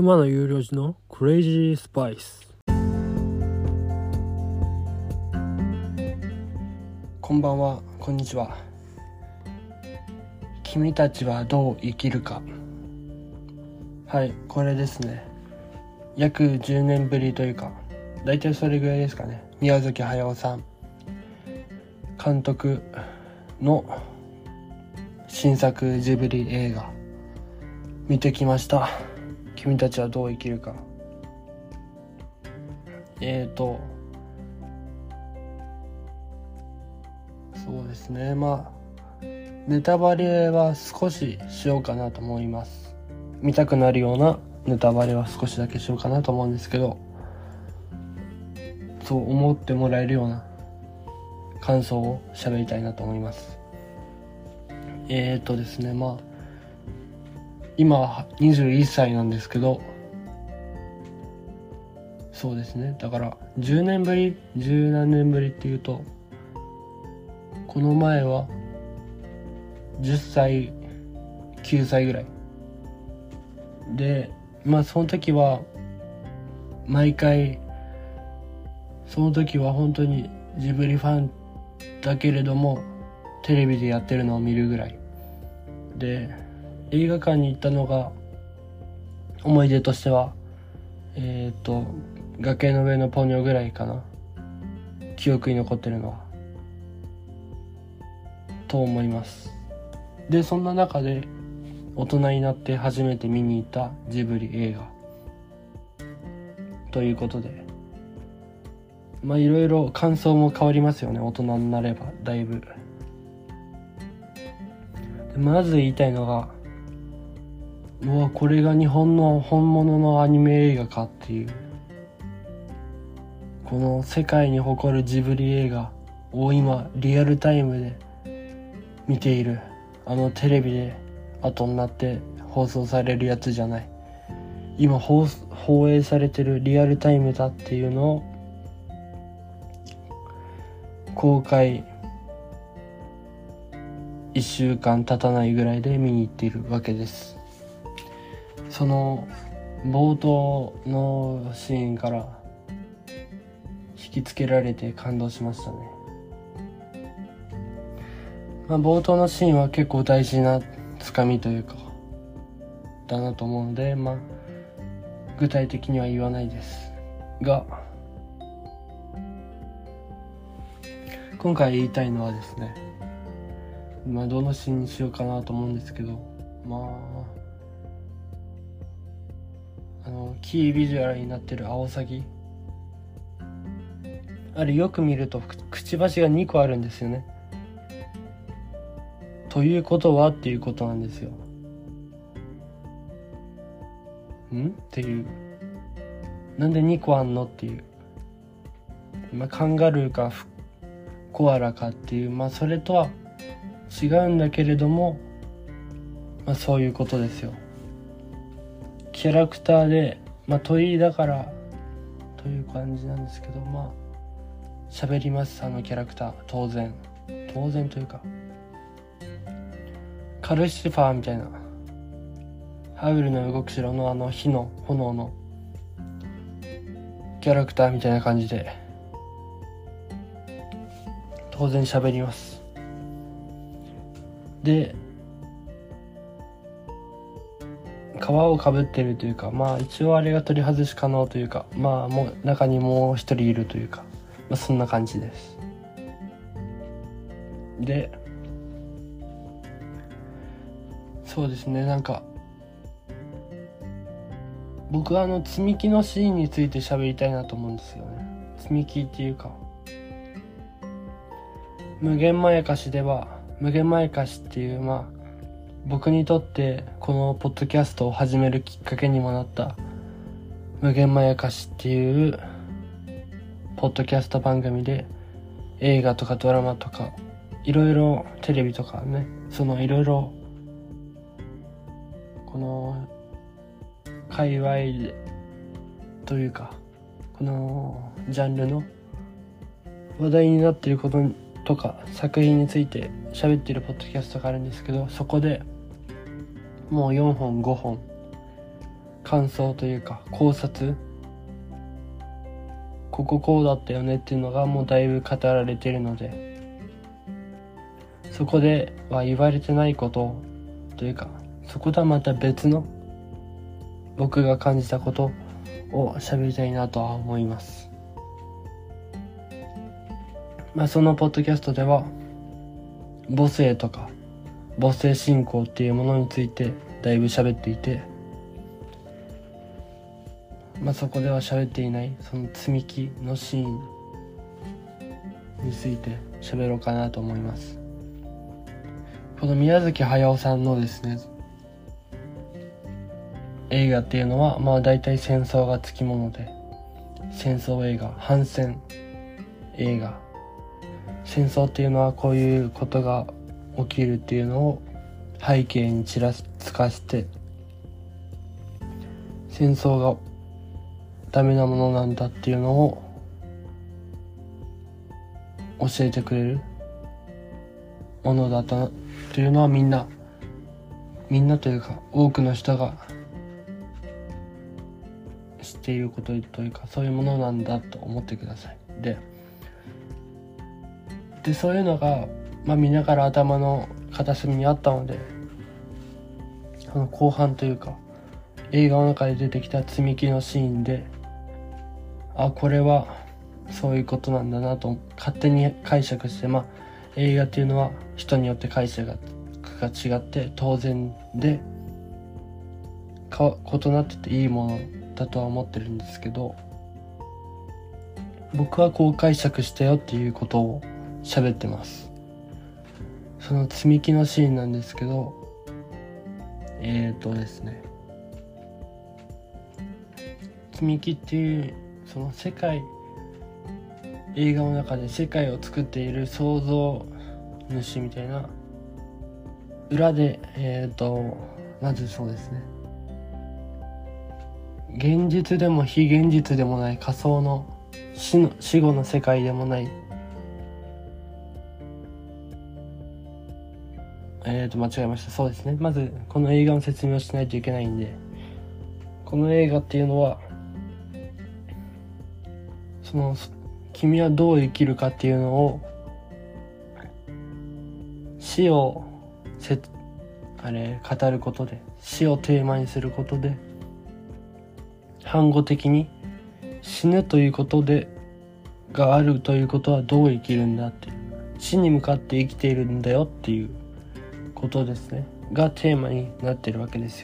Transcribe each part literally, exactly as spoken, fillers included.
熊野有料寺のクレイジースパイス。 こんばんは、こんにちは。君たちはどう生きるか。はい、これですね。約じゅうねんぶりというか、だいたいそれぐらいですかね。宮崎駿さん監督の新作ジブリ映画見てきました。君たちはどう生きるか。えーとそうですね、まあネタバレは少ししようかなと思います。見たくなるようなネタバレは少しだけしようかなと思うんですけど、そう思ってもらえるような感想を喋りたいなと思います。えーとですねまあ今はにじゅういっさいなんですけど、そうですね、だからじゅうねんぶりじゅうなんねんぶりっていうと、この前はじゅっさいきゅうさいぐらいで、まあその時は毎回その時は本当にジブリファンだけれどもテレビでやってるのを見るぐらいで、映画館に行ったのが思い出としてはえっと崖の上のポニョぐらいかな、記憶に残ってるのはと思います。でそんな中で大人になって初めて見に行ったジブリ映画ということで、まあいろいろ感想も変わりますよね、大人になればだいぶ。でまず言いたいのが、うわこれが日本の本物のアニメ映画かっていう、この世界に誇るジブリ映画を今リアルタイムで見ている、あのテレビで後になって放送されるやつじゃない、今 放, 放映されてるリアルタイムだっていうのを公開いっしゅうかん経たないぐらいで見に行っているわけです。その冒頭のシーンから引きつけられて感動しましたね。まあ、冒頭のシーンは結構大事なつかみというかだなと思うので、まあ具体的には言わないですが、今回言いたいのはですね、まあどのシーンにしようかなと思うんですけど、まああのキービジュアルになってるアオサギ、あれよく見るとくちばしがにこあるんですよね。ということはっていうことなんですよ。んっていう、なんでにこあんのっていう、まあ、カンガルーかコアラかっていう、まあそれとは違うんだけれども、まあそういうことですよ。キャラクターで、まあ鳥だからという感じなんですけど、まあ喋ります、あのキャラクター。当然当然というか、カルシファーみたいな、ハウルの動く城のあの火の炎のキャラクターみたいな感じで当然喋ります。で皮をかぶってるというか、まあ一応あれが取り外し可能というか、まあもう中にもう一人いるというか、まあそんな感じです。でそうですね、なんか僕はあの積み木のシーンについて喋りたいなと思うんですよね。積み木っていうか、無限まやかしでは、無限まやかしっていうまあ僕にとってこのポッドキャストを始めるきっかけにもなった無限まやかしっていうポッドキャスト番組で、映画とかドラマとかいろいろテレビとかね、そのいろいろこの界隈でというかこのジャンルの話題になっていることとか作品について喋っているポッドキャストがあるんですけど、そこでもうよんほんごほん感想というか考察、こここうだったよねっていうのがもうだいぶ語られているので、そこでは言われてないことというか、そことはまた別の僕が感じたことを喋りたいなとは思います。まあそのポッドキャストでは母性とか母性信仰っていうものについてだいぶ喋っていて、まあそこでは喋っていないその積み木のシーンについて喋ろうかなと思います。この宮崎駿さんのですね映画っていうのはまあ大体戦争がつきもので、戦争映画、反戦映画、戦争っていうのはこういうことが起きるっていうのを背景にちらつかせて、戦争がダメなものなんだっていうのを教えてくれるものだったというのはみんなみんなというか多くの人が知っていることというか、そういうものなんだと思ってください。ででそういうのが、まあ、見ながら頭の片隅にあったので、この後半というか映画の中で出てきた積み木のシーンで、あ、これはそういうことなんだなと勝手に解釈して、まあ映画っていうのは人によって解釈が違って当然でか異なってていいものだとは思ってるんですけど、僕はこう解釈したよっていうことを喋ってます。その積み木のシーンなんですけど、えーとですね積み木っていうその世界映画の中で世界を作っている創造主みたいな裏でえーとまずそうですね現実でも非現実でもない仮想の死の死後の世界でもないえーと間違えました。そうですね、まずこの映画の説明をしないといけないんで、この映画っていうのはその君はどう生きるかっていうのを死をせあれ語ることで、死をテーマにすることで反語的に死ぬということでがあるということはどう生きるんだっていう、死に向かって生きているんだよっていうことですねがテーマになってるわけですよ。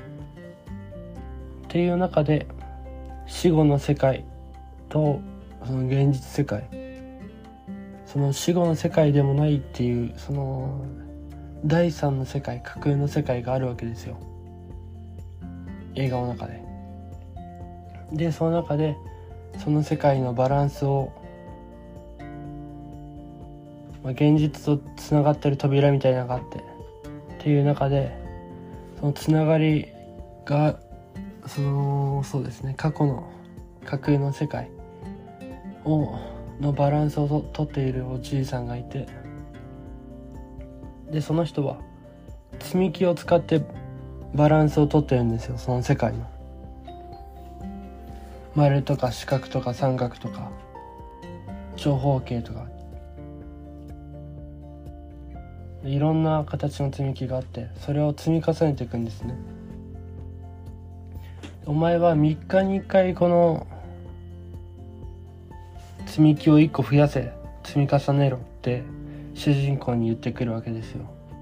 っていう中で死後の世界とその現実世界、その死後の世界でもないっていうその第三の世界、架空の世界があるわけですよ、映画の中で。でその中でその世界のバランスを、まあ、現実とつながってる扉みたいなのがあってっていう中で、そのつながりがそのそうですね過去の架空の世界をのバランスをと取っているおじいさんがいて、でその人は積み木を使ってバランスを取ってるんですよ、その世界の丸とか四角とか三角とか長方形とかいろんな形の積み木があって、それを積み重ねていくんですね。お前はみっかにいっかいこの積み木をいっこ増やせ、積み重ねろって主人公に言ってくるわけですよ。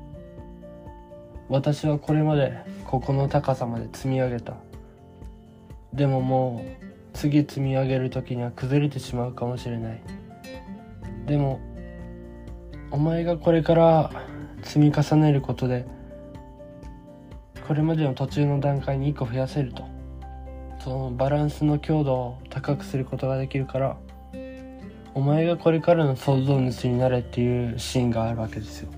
私はこれまでここの高さまで積み上げた。でももう次積み上げる時には崩れてしまうかもしれない。でもお前がこれから積み重ねることでこれまでの途中の段階にいっこ増やせると、そのバランスの強度を高くすることができるから、お前がこれからの創造主になれっていうシーンがあるわけですよ。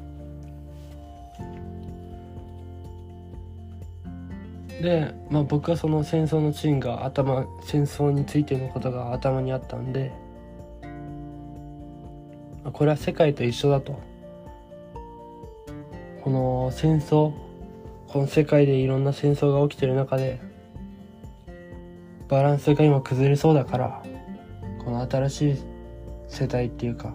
で、まあ僕はその戦争のシーンが頭戦争についてのことが頭にあったんで、これは世界と一緒だと。この戦争、この世界でいろんな戦争が起きてる中で、 バランスが今崩れそうだから、この新しい世代っていうか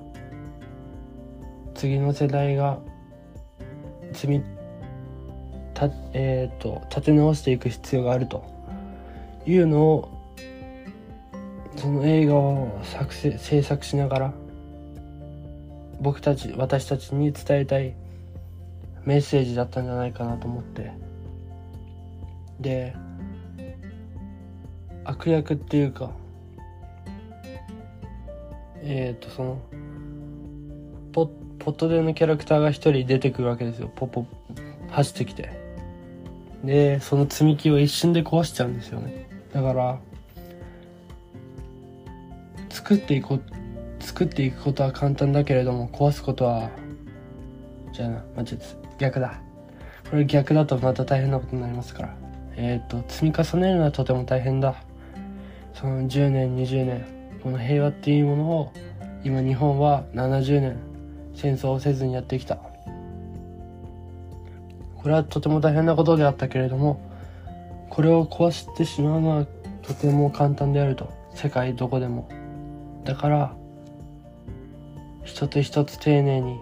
次の世代が積みたえっと立て直していく必要があるというのを、その映画を作成制作しながら僕たち私たちに伝えたいメッセージだったんじゃないかなと思って、で悪役っていうかえっとそのポポットでのキャラクターが一人出てくるわけですよ。ポポ走ってきて、でその積み木を一瞬で壊しちゃうんですよね。だから作っていこう作っていくことは簡単だけれども、壊すことはじゃあな間違えた、逆だ。これ逆だとまた大変なことになりますから、えっと積み重ねるのはとても大変だ。そのじゅうねんにじゅうねん、この平和っていうものを今日本はななじゅうねん戦争をせずにやってきた。これはとても大変なことであったけれども、これを壊してしまうのはとても簡単であると。世界どこでも。だから一つ一つ丁寧に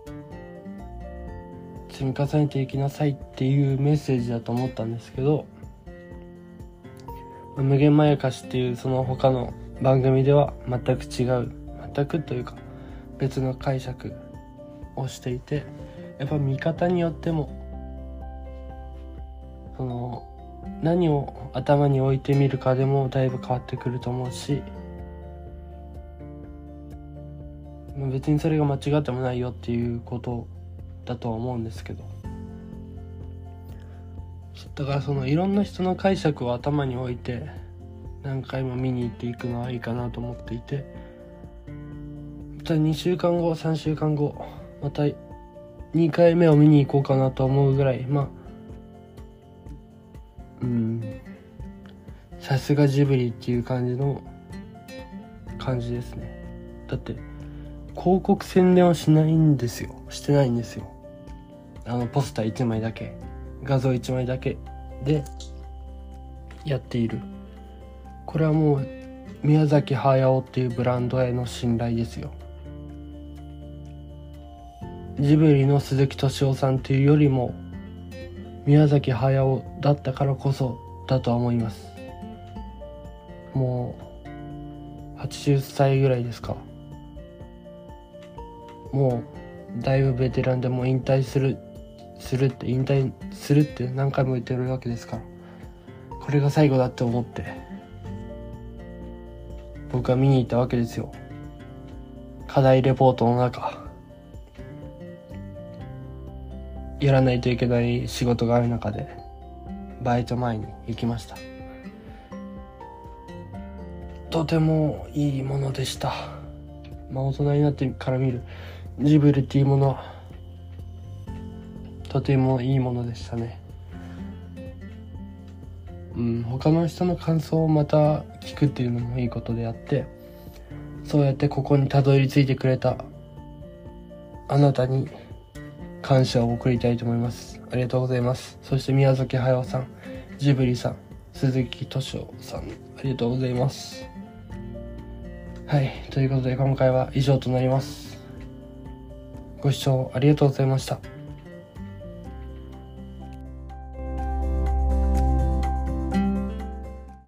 積み重ねていきなさいっていうメッセージだと思ったんですけど、無限まやかしっていうその他の番組では全く違う、全くというか別の解釈をしていて、やっぱ見方によってもその何を頭に置いてみるかでもだいぶ変わってくると思うし、別にそれが間違ってもないよっていうことだとは思うんですけど、だからそのいろんな人の解釈を頭に置いて何回も見に行っていくのはいいかなと思っていて、またにしゅうかんごさんしゅうかんごまたにかいめを見に行こうかなと思うぐらい、まあうんさすがジブリっていう感じの感じですね。だって広告宣伝はしないんですよ。してないんですよ。あのポスターいちまいだけ、画像いちまいだけでやっている。これはもう宮崎駿っていうブランドへの信頼ですよ。ジブリの鈴木敏夫さんっていうよりも宮崎駿だったからこそだとは思います。もうはちじゅっさいぐらいですか。もうだいぶベテランでも引退するするって引退するって何回も言ってるわけですから、これが最後だって思って僕は見に行ったわけですよ。課題レポートの中、やらないといけない仕事がある中でバイト前に行きました。とてもいいものでした。まあ大人になってから見るジブリっていうものはとてもいいものでしたね。うん、他の人の感想をまた聞くっていうのもいいことであって、そうやってここにたどり着いてくれたあなたに感謝を送りたいと思います。ありがとうございます。そして宮崎駿さん、ジブリさん、鈴木敏夫さん、ありがとうございます。はい、ということで今回は以上となります。ご視聴ありがとうございました。